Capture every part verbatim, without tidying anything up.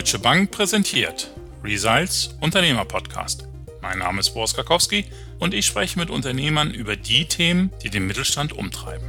Deutsche Bank präsentiert Results Unternehmer-Podcast. Mein Name ist Boris Karkowski und ich spreche mit Unternehmern über die Themen, die den Mittelstand umtreiben.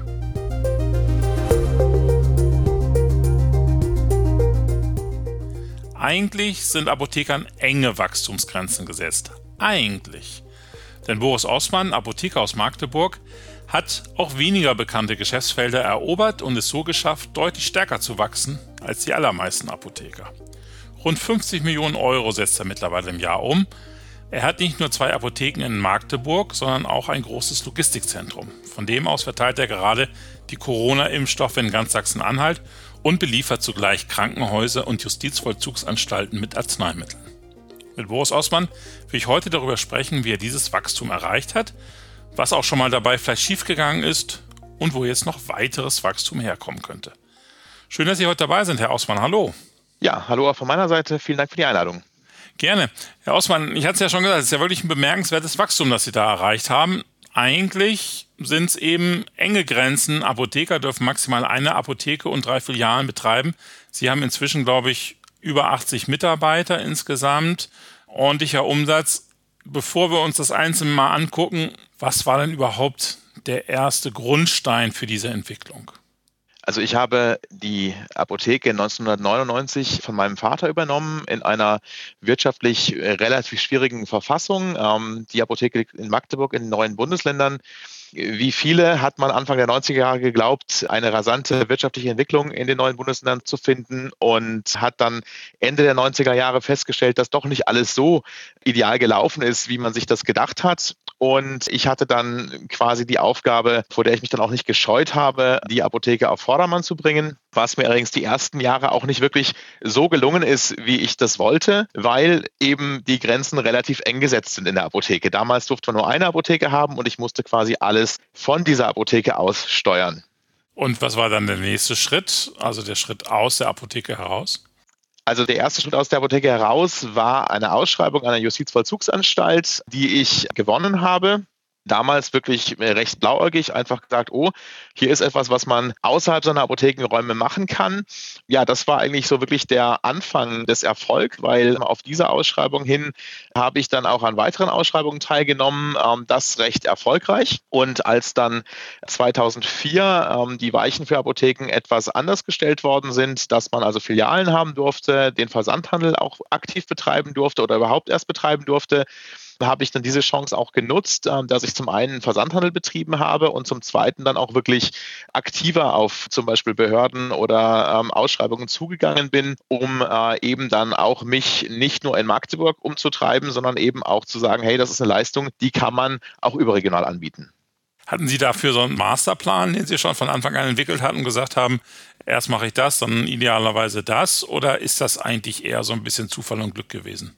Eigentlich sind Apothekern enge Wachstumsgrenzen gesetzt. Eigentlich. Denn Boris Osman, Apotheker aus Magdeburg, hat auch weniger bekannte Geschäftsfelder erobert und es so geschafft, deutlich stärker zu wachsen als die allermeisten Apotheker. Rund fünfzig Millionen Euro setzt er mittlerweile im Jahr um. Er hat nicht nur zwei Apotheken in Magdeburg, sondern auch ein großes Logistikzentrum. Von dem aus verteilt er gerade die Corona-Impfstoffe in ganz Sachsen-Anhalt und beliefert zugleich Krankenhäuser und Justizvollzugsanstalten mit Arzneimitteln. Mit Boris Osman will ich heute darüber sprechen, wie er dieses Wachstum erreicht hat, was auch schon mal dabei vielleicht schiefgegangen ist und wo jetzt noch weiteres Wachstum herkommen könnte. Schön, dass Sie heute dabei sind, Herr Osman. Hallo. Ja, hallo auch von meiner Seite. Vielen Dank für die Einladung. Gerne. Herr Osman, ich hatte es ja schon gesagt, es ist ja wirklich ein bemerkenswertes Wachstum, das Sie da erreicht haben. Eigentlich sind es eben enge Grenzen. Apotheker dürfen maximal eine Apotheke und drei Filialen betreiben. Sie haben inzwischen, glaube ich, über achtzig Mitarbeiter insgesamt. Ordentlicher Umsatz. Bevor wir uns das einzelne mal angucken, was war denn überhaupt der erste Grundstein für diese Entwicklung? Also ich habe die Apotheke neunzehnhundertneunundneunzig von meinem Vater übernommen in einer wirtschaftlich relativ schwierigen Verfassung. Ähm, die Apotheke liegt in Magdeburg in den neuen Bundesländern. Wie viele hat man Anfang der neunziger Jahre geglaubt, eine rasante wirtschaftliche Entwicklung in den neuen Bundesländern zu finden und hat dann Ende der neunziger Jahre festgestellt, dass doch nicht alles so ideal gelaufen ist, wie man sich das gedacht hat. Und ich hatte dann quasi die Aufgabe, vor der ich mich dann auch nicht gescheut habe, die Apotheke auf Vordermann zu bringen, was mir allerdings die ersten Jahre auch nicht wirklich so gelungen ist, wie ich das wollte, weil eben die Grenzen relativ eng gesetzt sind in der Apotheke. Damals durfte man nur eine Apotheke haben und ich musste quasi alles von dieser Apotheke aus steuern. Und was war dann der nächste Schritt, also der Schritt aus der Apotheke heraus? Also der erste Schritt aus der Apotheke heraus war eine Ausschreibung einer Justizvollzugsanstalt, die ich gewonnen habe. Damals wirklich recht blauäugig, einfach gesagt, oh, hier ist etwas, was man außerhalb seiner Apothekenräume machen kann. Ja, das war eigentlich so wirklich der Anfang des Erfolgs, weil auf diese Ausschreibung hin habe ich dann auch an weiteren Ausschreibungen teilgenommen, ähm, das recht erfolgreich. Und als dann zweitausendvier ähm, die Weichen für Apotheken etwas anders gestellt worden sind, dass man also Filialen haben durfte, den Versandhandel auch aktiv betreiben durfte oder überhaupt erst betreiben durfte, habe ich dann diese Chance auch genutzt, dass ich zum einen Versandhandel betrieben habe und zum zweiten dann auch wirklich aktiver auf zum Beispiel Behörden oder ähm, Ausschreibungen zugegangen bin, um äh, eben dann auch mich nicht nur in Magdeburg umzutreiben, sondern eben auch zu sagen, hey, das ist eine Leistung, die kann man auch überregional anbieten. Hatten Sie dafür so einen Masterplan, den Sie schon von Anfang an entwickelt hatten und gesagt haben, erst mache ich das, dann idealerweise das, oder ist das eigentlich eher so ein bisschen Zufall und Glück gewesen?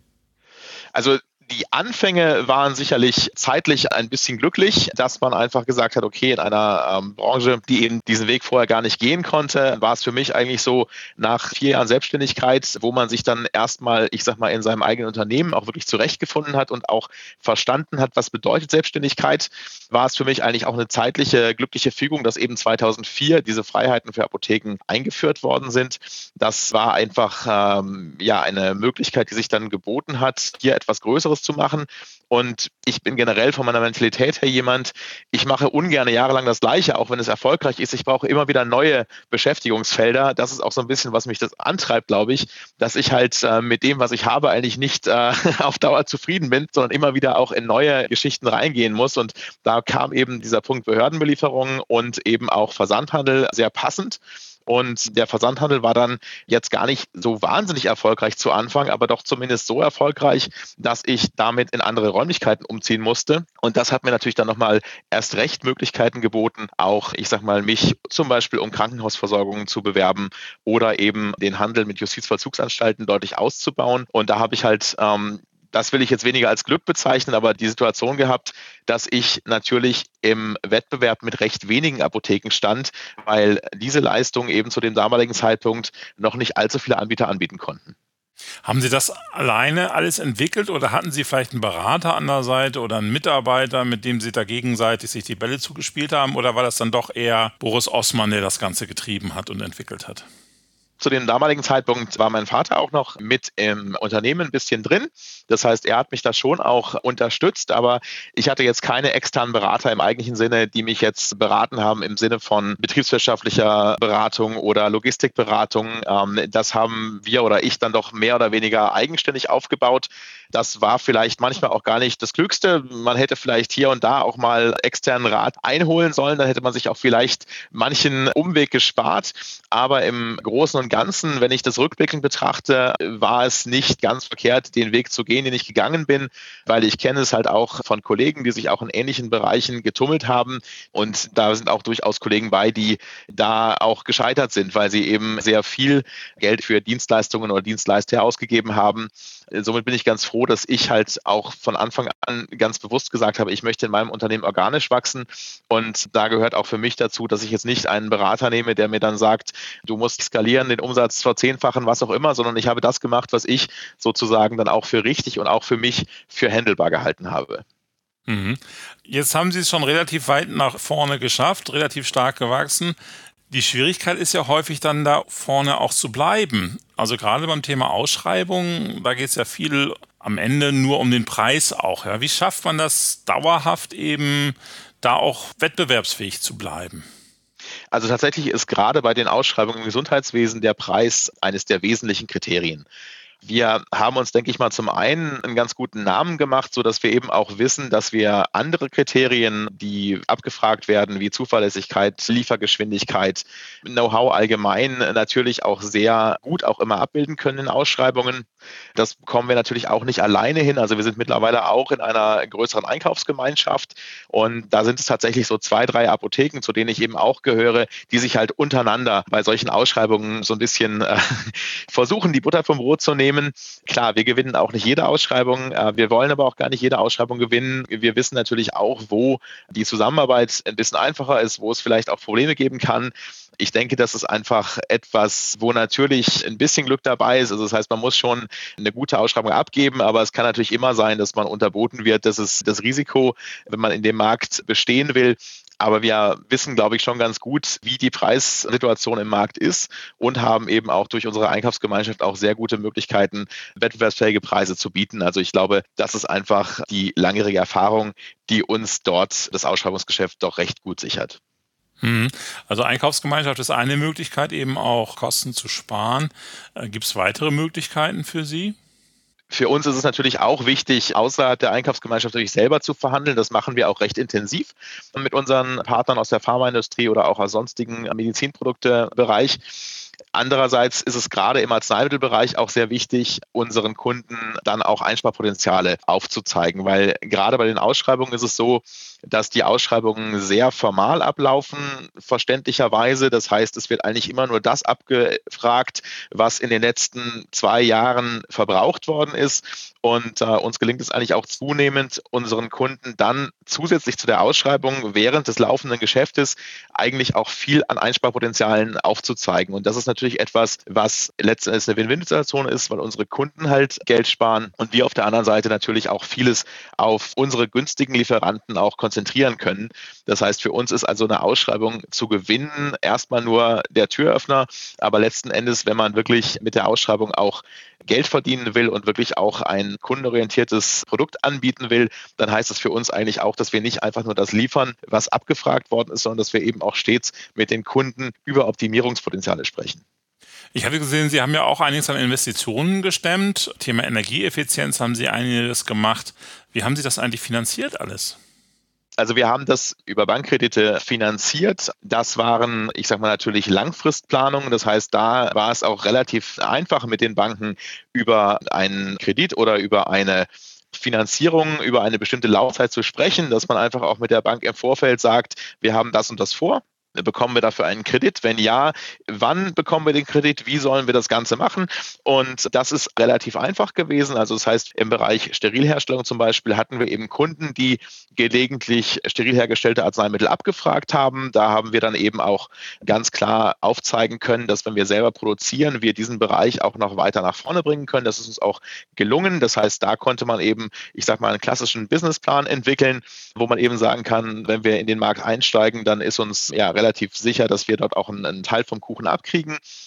Also die Anfänge waren sicherlich zeitlich ein bisschen glücklich, dass man einfach gesagt hat, okay, in einer ähm, Branche, die eben diesen Weg vorher gar nicht gehen konnte, war es für mich eigentlich so nach vier Jahren Selbstständigkeit, wo man sich dann erstmal, ich sag mal, in seinem eigenen Unternehmen auch wirklich zurechtgefunden hat und auch verstanden hat, was bedeutet Selbstständigkeit, war es für mich eigentlich auch eine zeitliche glückliche Fügung, dass eben zweitausendvier diese Freiheiten für Apotheken eingeführt worden sind. Das war einfach ähm, ja eine Möglichkeit, die sich dann geboten hat, hier etwas Größeres zu machen. Und ich bin generell von meiner Mentalität her jemand, ich mache ungern jahrelang das Gleiche, auch wenn es erfolgreich ist. Ich brauche immer wieder neue Beschäftigungsfelder. Das ist auch so ein bisschen, was mich das antreibt, glaube ich, dass ich halt äh, mit dem, was ich habe, eigentlich nicht äh, auf Dauer zufrieden bin, sondern immer wieder auch in neue Geschichten reingehen muss. Und da kam eben dieser Punkt Behördenbelieferung und eben auch Versandhandel sehr passend. Und der Versandhandel war dann jetzt gar nicht so wahnsinnig erfolgreich zu Anfang, aber doch zumindest so erfolgreich, dass ich damit in andere Räumlichkeiten umziehen musste. Und das hat mir natürlich dann nochmal erst recht Möglichkeiten geboten, auch, ich sag mal, mich zum Beispiel um Krankenhausversorgungen zu bewerben oder eben den Handel mit Justizvollzugsanstalten deutlich auszubauen. Und da habe ich halt ähm, das will ich jetzt weniger als Glück bezeichnen, aber die Situation gehabt, dass ich natürlich im Wettbewerb mit recht wenigen Apotheken stand, weil diese Leistung eben zu dem damaligen Zeitpunkt noch nicht allzu viele Anbieter anbieten konnten. Haben Sie das alleine alles entwickelt oder hatten Sie vielleicht einen Berater an der Seite oder einen Mitarbeiter, mit dem Sie da gegenseitig sich die Bälle zugespielt haben, oder war das dann doch eher Boris Osman, der das Ganze getrieben hat und entwickelt hat? zu dem damaligen Zeitpunkt war mein Vater auch noch mit im Unternehmen ein bisschen drin. Das heißt, er hat mich da schon auch unterstützt, aber ich hatte jetzt keine externen Berater im eigentlichen Sinne, die mich jetzt beraten haben im Sinne von betriebswirtschaftlicher Beratung oder Logistikberatung. Das haben wir oder ich dann doch mehr oder weniger eigenständig aufgebaut. Das war vielleicht manchmal auch gar nicht das Klügste. Man hätte vielleicht hier und da auch mal externen Rat einholen sollen. Dann hätte man sich auch vielleicht manchen Umweg gespart. Aber im Großen und Ganzen, wenn ich das rückblickend betrachte, war es nicht ganz verkehrt, den Weg zu gehen, den ich gegangen bin, weil ich kenne es halt auch von Kollegen, die sich auch in ähnlichen Bereichen getummelt haben. Und da sind auch durchaus Kollegen bei, die da auch gescheitert sind, weil sie eben sehr viel Geld für Dienstleistungen oder Dienstleister ausgegeben haben. Somit bin ich ganz froh, dass ich halt auch von Anfang an ganz bewusst gesagt habe, ich möchte in meinem Unternehmen organisch wachsen. Und da gehört auch für mich dazu, dass ich jetzt nicht einen Berater nehme, der mir dann sagt, du musst skalieren, den Umsatz verzehnfachen, was auch immer, sondern ich habe das gemacht, was ich sozusagen dann auch für richtig und auch für mich für handelbar gehalten habe. Mhm. Jetzt haben Sie es schon relativ weit nach vorne geschafft, relativ stark gewachsen. Die Schwierigkeit ist ja häufig dann da vorne auch zu bleiben. Also gerade beim Thema Ausschreibung, da geht es ja viel am Ende nur um den Preis auch. Ja. Wie schafft man das dauerhaft eben, da auch wettbewerbsfähig zu bleiben? Also tatsächlich ist gerade bei den Ausschreibungen im Gesundheitswesen der Preis eines der wesentlichen Kriterien. Wir haben uns, denke ich mal, zum einen einen ganz guten Namen gemacht, sodass wir eben auch wissen, dass wir andere Kriterien, die abgefragt werden, wie Zuverlässigkeit, Liefergeschwindigkeit, Know-how allgemein, natürlich auch sehr gut auch immer abbilden können in Ausschreibungen. Das bekommen wir natürlich auch nicht alleine hin. Also wir sind mittlerweile auch in einer größeren Einkaufsgemeinschaft und da sind es tatsächlich so zwei, drei Apotheken, zu denen ich eben auch gehöre, die sich halt untereinander bei solchen Ausschreibungen so ein bisschen äh, versuchen, die Butter vom Brot zu nehmen. Klar, wir gewinnen auch nicht jede Ausschreibung. Wir wollen aber auch gar nicht jede Ausschreibung gewinnen. Wir wissen natürlich auch, wo die Zusammenarbeit ein bisschen einfacher ist, wo es vielleicht auch Probleme geben kann. Ich denke, das ist einfach etwas, wo natürlich ein bisschen Glück dabei ist. Also das heißt, man muss schon eine gute Ausschreibung abgeben, aber es kann natürlich immer sein, dass man unterboten wird. Das ist das Risiko, wenn man in dem Markt bestehen will. Aber wir wissen, glaube ich, schon ganz gut, wie die Preissituation im Markt ist und haben eben auch durch unsere Einkaufsgemeinschaft auch sehr gute Möglichkeiten, wettbewerbsfähige Preise zu bieten. Also ich glaube, das ist einfach die langjährige Erfahrung, die uns dort das Ausschreibungsgeschäft doch recht gut sichert. Also Einkaufsgemeinschaft ist eine Möglichkeit, eben auch Kosten zu sparen. Gibt es weitere Möglichkeiten für Sie? Für uns ist es natürlich auch wichtig, außerhalb der Einkaufsgemeinschaft natürlich selber zu verhandeln. Das machen wir auch recht intensiv mit unseren Partnern aus der Pharmaindustrie oder auch aus sonstigen Medizinproduktebereich. Andererseits ist es gerade im Arzneimittelbereich auch sehr wichtig, unseren Kunden dann auch Einsparpotenziale aufzuzeigen, weil gerade bei den Ausschreibungen ist es so, dass die Ausschreibungen sehr formal ablaufen, verständlicherweise. Das heißt, es wird eigentlich immer nur das abgefragt, was in den letzten zwei Jahren verbraucht worden ist. Und äh, uns gelingt es eigentlich auch zunehmend, unseren Kunden dann zusätzlich zu der Ausschreibung während des laufenden Geschäftes eigentlich auch viel an Einsparpotenzialen aufzuzeigen. Und das ist natürlich etwas, was letztendlich eine Win-Win-Situation ist, weil unsere Kunden halt Geld sparen und wir auf der anderen Seite natürlich auch vieles auf unsere günstigen Lieferanten auch konzentrieren können. Das heißt, für uns ist also eine Ausschreibung zu gewinnen erstmal nur der Türöffner, aber letzten Endes, wenn man wirklich mit der Ausschreibung auch Geld verdienen will und wirklich auch ein kundenorientiertes Produkt anbieten will, dann heißt es für uns eigentlich auch, dass wir nicht einfach nur das liefern, was abgefragt worden ist, sondern dass wir eben auch stets mit den Kunden über Optimierungspotenziale sprechen. Ich hatte gesehen, Sie haben ja auch einiges an Investitionen gestemmt. Thema Energieeffizienz haben Sie einiges gemacht. Wie haben Sie das eigentlich finanziert alles? Also wir haben das über Bankkredite finanziert. Das waren, ich sage mal natürlich Langfristplanungen. Das heißt, da war es auch relativ einfach mit den Banken über einen Kredit oder über eine Finanzierung, über eine bestimmte Laufzeit zu sprechen, dass man einfach auch mit der Bank im Vorfeld sagt, wir haben das und das vor. Bekommen wir dafür einen Kredit? Wenn ja, wann bekommen wir den Kredit? Wie sollen wir das Ganze machen? Und das ist relativ einfach gewesen. Also das heißt, im Bereich Sterilherstellung zum Beispiel hatten wir eben Kunden, die gelegentlich steril hergestellte Arzneimittel abgefragt haben. Da haben wir dann eben auch ganz klar aufzeigen können, dass wenn wir selber produzieren, wir diesen Bereich auch noch weiter nach vorne bringen können. Das ist uns auch gelungen. Das heißt, da konnte man eben, ich sage mal, einen klassischen Businessplan entwickeln, wo man eben sagen kann, wenn wir in den Markt einsteigen, dann ist uns ja relativ relativ sicher, dass wir dort auch einen, einen Teil vom Kuchen abkriegen.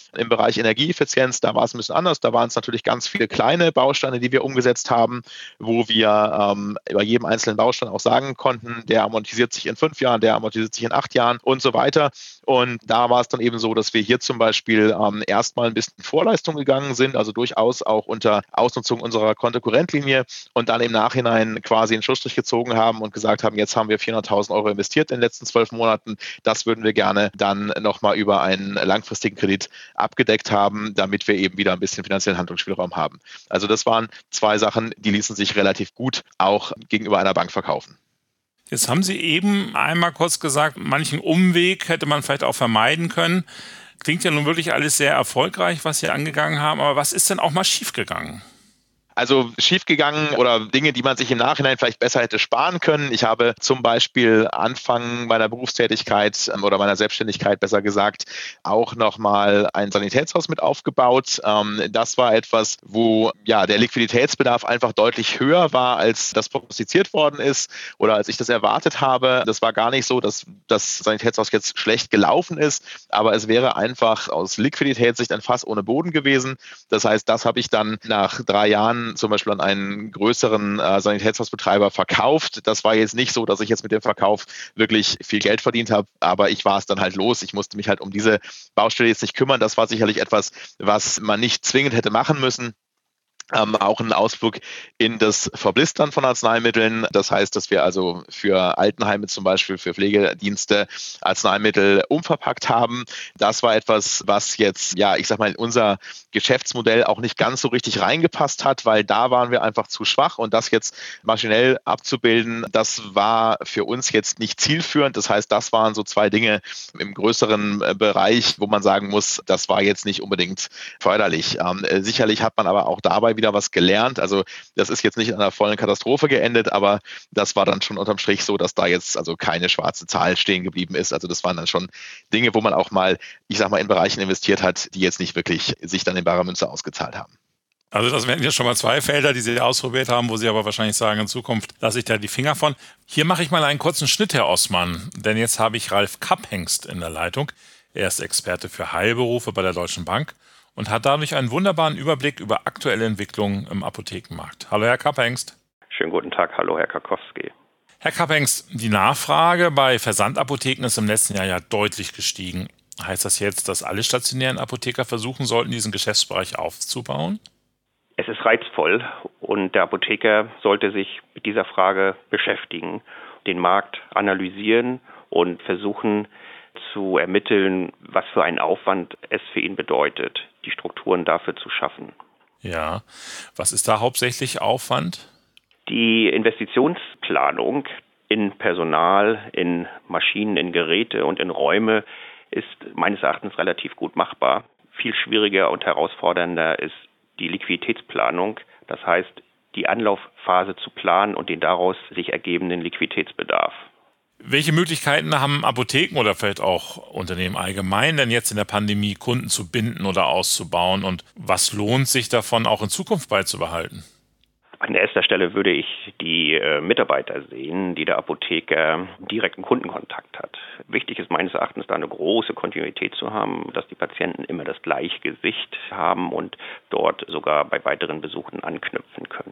im Bereich Energieeffizienz, da war es ein bisschen anders. Da waren es natürlich ganz viele kleine Bausteine, die wir umgesetzt haben, wo wir ähm, bei jedem einzelnen Baustein auch sagen konnten, der amortisiert sich in fünf Jahren, der amortisiert sich in acht Jahren und so weiter. Und da war es dann eben so, dass wir hier zum Beispiel ähm, erstmal ein bisschen in Vorleistung gegangen sind, also durchaus auch unter Ausnutzung unserer Kontokorrentlinie und dann im Nachhinein quasi einen Schlussstrich gezogen haben und gesagt haben, jetzt haben wir vierhunderttausend Euro investiert in den letzten zwölf Monaten. Das würden wir gerne dann nochmal über einen langfristigen Kredit abgedeckt haben, damit wir eben wieder ein bisschen finanziellen Handlungsspielraum haben. Also das waren zwei Sachen, die ließen sich relativ gut auch gegenüber einer Bank verkaufen. Jetzt haben Sie eben einmal kurz gesagt, manchen Umweg hätte man vielleicht auch vermeiden können. Klingt ja nun wirklich alles sehr erfolgreich, was Sie angegangen haben, aber was ist denn auch mal schiefgegangen? Also schiefgegangen oder Dinge, die man sich im Nachhinein vielleicht besser hätte sparen können. Ich habe zum Beispiel Anfang meiner Berufstätigkeit oder meiner Selbstständigkeit besser gesagt auch nochmal ein Sanitätshaus mit aufgebaut. Das war etwas, wo ja der Liquiditätsbedarf einfach deutlich höher war, als das prognostiziert worden ist oder als ich das erwartet habe. Das war gar nicht so, dass das Sanitätshaus jetzt schlecht gelaufen ist, aber es wäre einfach aus Liquiditätssicht ein Fass ohne Boden gewesen. Das heißt, das habe ich dann nach drei Jahren zum Beispiel an einen größeren äh, Sanitätshausbetreiber verkauft. Das war jetzt nicht so, dass ich jetzt mit dem Verkauf wirklich viel Geld verdient habe, aber ich war es dann halt los. Ich musste mich halt um diese Baustelle jetzt nicht kümmern. Das war sicherlich etwas, was man nicht zwingend hätte machen müssen. Ähm, auch ein Ausflug in das Verblistern von Arzneimitteln. Das heißt, dass wir also für Altenheime zum Beispiel, für Pflegedienste Arzneimittel umverpackt haben. Das war etwas, was jetzt, ja, ich sag mal, in unser Geschäftsmodell auch nicht ganz so richtig reingepasst hat, weil da waren wir einfach zu schwach und das jetzt maschinell abzubilden, das war für uns jetzt nicht zielführend. Das heißt, das waren so zwei Dinge im größeren Bereich, wo man sagen muss, das war jetzt nicht unbedingt förderlich. Ähm, sicherlich hat man aber auch dabei wieder was gelernt. Also das ist jetzt nicht in einer vollen Katastrophe geendet, aber das war dann schon unterm Strich so, dass da jetzt also keine schwarze Zahl stehen geblieben ist. Also das waren dann schon Dinge, wo man auch mal, ich sag mal, in Bereichen investiert hat, die jetzt nicht wirklich sich dann in barer Münze ausgezahlt haben. Also das wären jetzt schon mal zwei Felder, die Sie ausprobiert haben, wo Sie aber wahrscheinlich sagen, in Zukunft lasse ich da die Finger von. Hier mache ich mal einen kurzen Schnitt, Herr Ostmann, denn jetzt habe ich Ralf Kapphengst in der Leitung. Er ist Experte für Heilberufe bei der Deutschen Bank und hat dadurch einen wunderbaren Überblick über aktuelle Entwicklungen im Apothekenmarkt. Hallo, Herr Kapphengst. Schönen guten Tag. Hallo, Herr Karkowski. Herr Kapphengst, die Nachfrage bei Versandapotheken ist im letzten Jahr ja deutlich gestiegen. Heißt das jetzt, dass alle stationären Apotheker versuchen sollten, diesen Geschäftsbereich aufzubauen? Es ist reizvoll und der Apotheker sollte sich mit dieser Frage beschäftigen, den Markt analysieren und versuchen zu ermitteln, was für einen Aufwand es für ihn bedeutet, die Strukturen dafür zu schaffen. Ja, was ist da hauptsächlich Aufwand? Die Investitionsplanung in Personal, in Maschinen, in Geräte und in Räume ist meines Erachtens relativ gut machbar. Viel schwieriger und herausfordernder ist die Liquiditätsplanung, das heißt die Anlaufphase zu planen und den daraus sich ergebenden Liquiditätsbedarf. Welche Möglichkeiten haben Apotheken oder vielleicht auch Unternehmen allgemein denn jetzt in der Pandemie, Kunden zu binden oder auszubauen? Und was lohnt sich davon auch in Zukunft beizubehalten? An erster Stelle würde ich die äh, Mitarbeiter sehen, die der Apotheker direkten Kundenkontakt hat. Wichtig ist meines Erachtens, da eine große Kontinuität zu haben, dass die Patienten immer das gleiche Gesicht haben und dort sogar bei weiteren Besuchen anknüpfen können.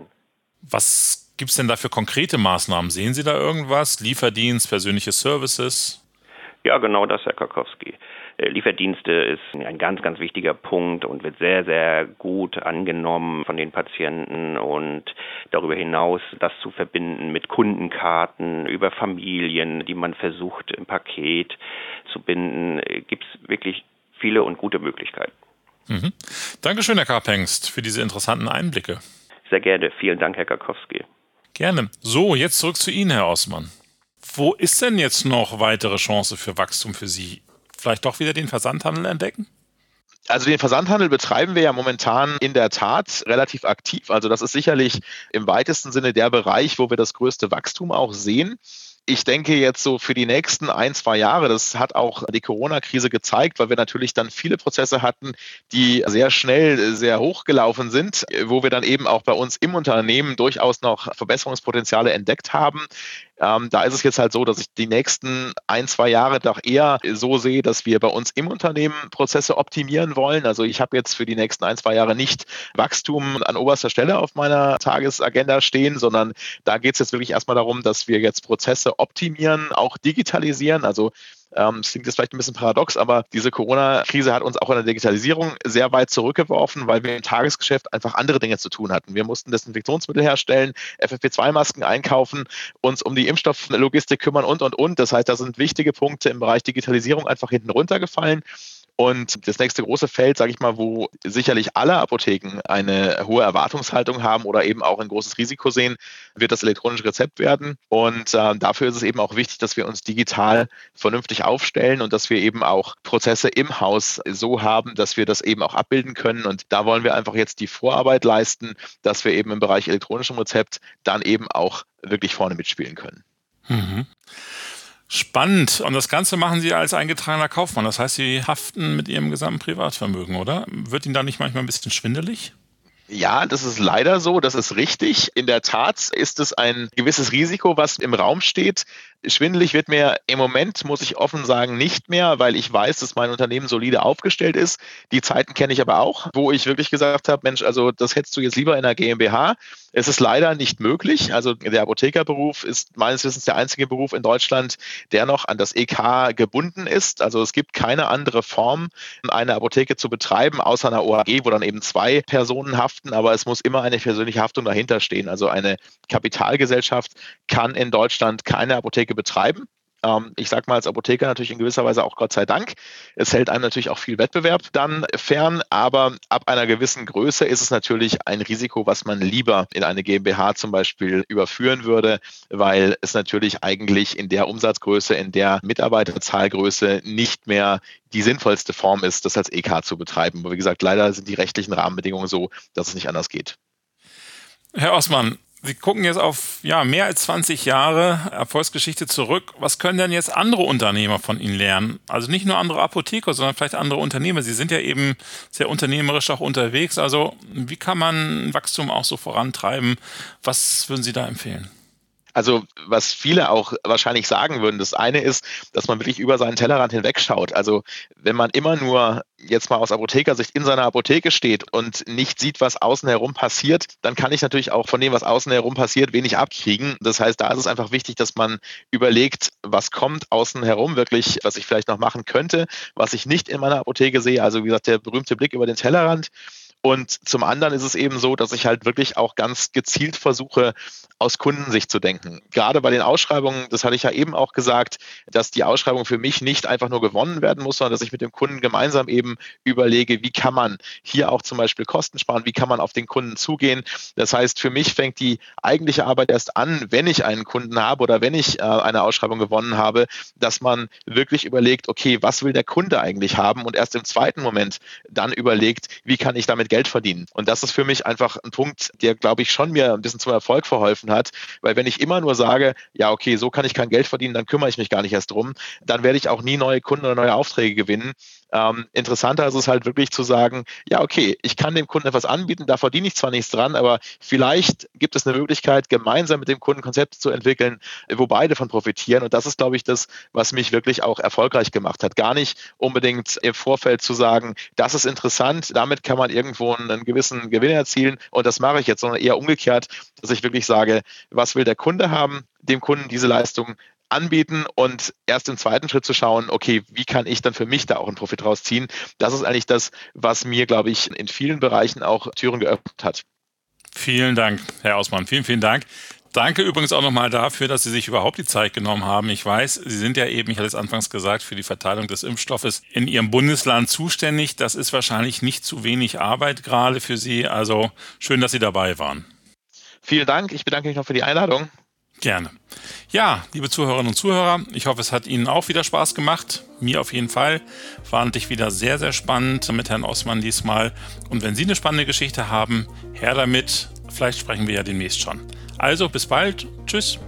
Was gibt es denn da für konkrete Maßnahmen? Sehen Sie da irgendwas? Lieferdienst, persönliche Services? Ja, genau das, Herr Karkowski. Lieferdienste ist ein ganz, ganz wichtiger Punkt und wird sehr, sehr gut angenommen von den Patienten und darüber hinaus das zu verbinden mit Kundenkarten über Familien, die man versucht im Paket zu binden, gibt es wirklich viele und gute Möglichkeiten. Mhm. Dankeschön, Herr Kapphengst, für diese interessanten Einblicke. Sehr gerne. Vielen Dank, Herr Karkowski. Gerne. So, jetzt zurück zu Ihnen, Herr Ostmann. Wo ist denn jetzt noch weitere Chance für Wachstum für Sie? Vielleicht doch wieder den Versandhandel entdecken? Also den Versandhandel betreiben wir ja momentan in der Tat relativ aktiv. Also das ist sicherlich im weitesten Sinne der Bereich, wo wir das größte Wachstum auch sehen. Ich denke jetzt so für die nächsten ein, zwei Jahre, das hat auch die Corona-Krise gezeigt, weil wir natürlich dann viele Prozesse hatten, die sehr schnell, sehr hochgelaufen sind, wo wir dann eben auch bei uns im Unternehmen durchaus noch Verbesserungspotenziale entdeckt haben. Ähm, da ist es jetzt halt so, dass ich die nächsten ein, zwei Jahre doch eher so sehe, dass wir bei uns im Unternehmen Prozesse optimieren wollen. Also ich habe jetzt für die nächsten ein, zwei Jahre nicht Wachstum an oberster Stelle auf meiner Tagesagenda stehen, sondern da geht es jetzt wirklich erstmal darum, dass wir jetzt Prozesse optimieren, auch digitalisieren. Also Ähm, das klingt jetzt vielleicht ein bisschen paradox, aber diese Corona-Krise hat uns auch in der Digitalisierung sehr weit zurückgeworfen, weil wir im Tagesgeschäft einfach andere Dinge zu tun hatten. Wir mussten Desinfektionsmittel herstellen, F F P zwei Masken einkaufen, uns um die Impfstofflogistik kümmern und, und, und. Das heißt, da sind wichtige Punkte im Bereich Digitalisierung einfach hinten runtergefallen. Und das nächste große Feld, sage ich mal, wo sicherlich alle Apotheken eine hohe Erwartungshaltung haben oder eben auch ein großes Risiko sehen, wird das elektronische Rezept werden. Und äh, dafür ist es eben auch wichtig, dass wir uns digital vernünftig aufstellen und dass wir eben auch Prozesse im Haus so haben, dass wir das eben auch abbilden können. Und da wollen wir einfach jetzt die Vorarbeit leisten, dass wir eben im Bereich elektronischem Rezept dann eben auch wirklich vorne mitspielen können. Mhm. Spannend. Und das Ganze machen Sie als eingetragener Kaufmann. Das heißt, Sie haften mit Ihrem gesamten Privatvermögen, oder? Wird Ihnen da nicht manchmal ein bisschen schwindelig? Ja, das ist leider so, das ist richtig. In der Tat ist es ein gewisses Risiko, was im Raum steht. Schwindelig wird mir im Moment, muss ich offen sagen, nicht mehr, weil ich weiß, dass mein Unternehmen solide aufgestellt ist. Die Zeiten kenne ich aber auch, wo ich wirklich gesagt habe, Mensch, also das hättest du jetzt lieber in einer GmbH. Es ist leider nicht möglich. Also der Apothekerberuf ist meines Wissens der einzige Beruf in Deutschland, der noch an das E K gebunden ist. Also es gibt keine andere Form, eine Apotheke zu betreiben, außer einer O A G, wo dann eben zwei Personen haften, aber es muss immer eine persönliche Haftung dahinter stehen. Also eine Kapitalgesellschaft kann in Deutschland keine Apotheke betreiben. Ich sage mal als Apotheker natürlich in gewisser Weise auch Gott sei Dank. Es hält einem natürlich auch viel Wettbewerb dann fern, aber ab einer gewissen Größe ist es natürlich ein Risiko, was man lieber in eine GmbH zum Beispiel überführen würde, weil es natürlich eigentlich in der Umsatzgröße, in der Mitarbeiterzahlgröße nicht mehr die sinnvollste Form ist, das als E K zu betreiben. Aber wie gesagt, leider sind die rechtlichen Rahmenbedingungen so, dass es nicht anders geht. Herr Osman, Sie gucken jetzt auf ja, mehr als zwanzig Jahre Erfolgsgeschichte zurück. Was können denn jetzt andere Unternehmer von Ihnen lernen? Also nicht nur andere Apotheker, sondern vielleicht andere Unternehmer. Sie sind ja eben sehr unternehmerisch auch unterwegs. Also wie kann man Wachstum auch so vorantreiben? Was würden Sie da empfehlen? Also was viele auch wahrscheinlich sagen würden, das eine ist, dass man wirklich über seinen Tellerrand hinwegschaut. Also wenn man immer nur jetzt mal aus Apothekersicht in seiner Apotheke steht und nicht sieht, was außen herum passiert, dann kann ich natürlich auch von dem, was außen herum passiert, wenig abkriegen. Das heißt, da ist es einfach wichtig, dass man überlegt, was kommt außen herum wirklich, was ich vielleicht noch machen könnte, was ich nicht in meiner Apotheke sehe. Also wie gesagt, der berühmte Blick über den Tellerrand. Und zum anderen ist es eben so, dass ich halt wirklich auch ganz gezielt versuche, aus Kundensicht zu denken. Gerade bei den Ausschreibungen, das hatte ich ja eben auch gesagt, dass die Ausschreibung für mich nicht einfach nur gewonnen werden muss, sondern dass ich mit dem Kunden gemeinsam eben überlege, wie kann man hier auch zum Beispiel Kosten sparen, wie kann man auf den Kunden zugehen. Das heißt, für mich fängt die eigentliche Arbeit erst an, wenn ich einen Kunden habe oder wenn ich äh, eine Ausschreibung gewonnen habe, dass man wirklich überlegt, okay, was will der Kunde eigentlich haben und erst im zweiten Moment dann überlegt, wie kann ich damit Geld verdienen. Und das ist für mich einfach ein Punkt, der, glaube ich, schon mir ein bisschen zum Erfolg verholfen hat, weil wenn ich immer nur sage, ja, okay, so kann ich kein Geld verdienen, dann kümmere ich mich gar nicht erst drum, dann werde ich auch nie neue Kunden oder neue Aufträge gewinnen. Ähm, interessanter ist es halt wirklich zu sagen, ja, okay, ich kann dem Kunden etwas anbieten, da verdiene ich zwar nichts dran, aber vielleicht gibt es eine Möglichkeit, gemeinsam mit dem Kunden Konzepte zu entwickeln, wo beide von profitieren. Und das ist, glaube ich, das, was mich wirklich auch erfolgreich gemacht hat. Gar nicht unbedingt im Vorfeld zu sagen, das ist interessant, damit kann man irgendwo einen gewissen Gewinn erzielen und das mache ich jetzt, sondern eher umgekehrt, dass ich wirklich sage, was will der Kunde haben, dem Kunden diese Leistung anbieten und erst im zweiten Schritt zu schauen, okay, wie kann ich dann für mich da auch einen Profit rausziehen? Das ist eigentlich das, was mir, glaube ich, in vielen Bereichen auch Türen geöffnet hat. Vielen Dank, Herr Osman, vielen, vielen Dank. Danke übrigens auch nochmal dafür, dass Sie sich überhaupt die Zeit genommen haben. Ich weiß, Sie sind ja eben, ich hatte es anfangs gesagt, für die Verteilung des Impfstoffes in Ihrem Bundesland zuständig. Das ist wahrscheinlich nicht zu wenig Arbeit gerade für Sie. Also schön, dass Sie dabei waren. Vielen Dank. Ich bedanke mich noch für die Einladung. Gerne. Ja, liebe Zuhörerinnen und Zuhörer, ich hoffe, es hat Ihnen auch wieder Spaß gemacht. Mir auf jeden Fall. Fand ich wieder sehr, sehr spannend mit Herrn Osman diesmal. Und wenn Sie eine spannende Geschichte haben, her damit. Vielleicht sprechen wir ja demnächst schon. Also, bis bald. Tschüss.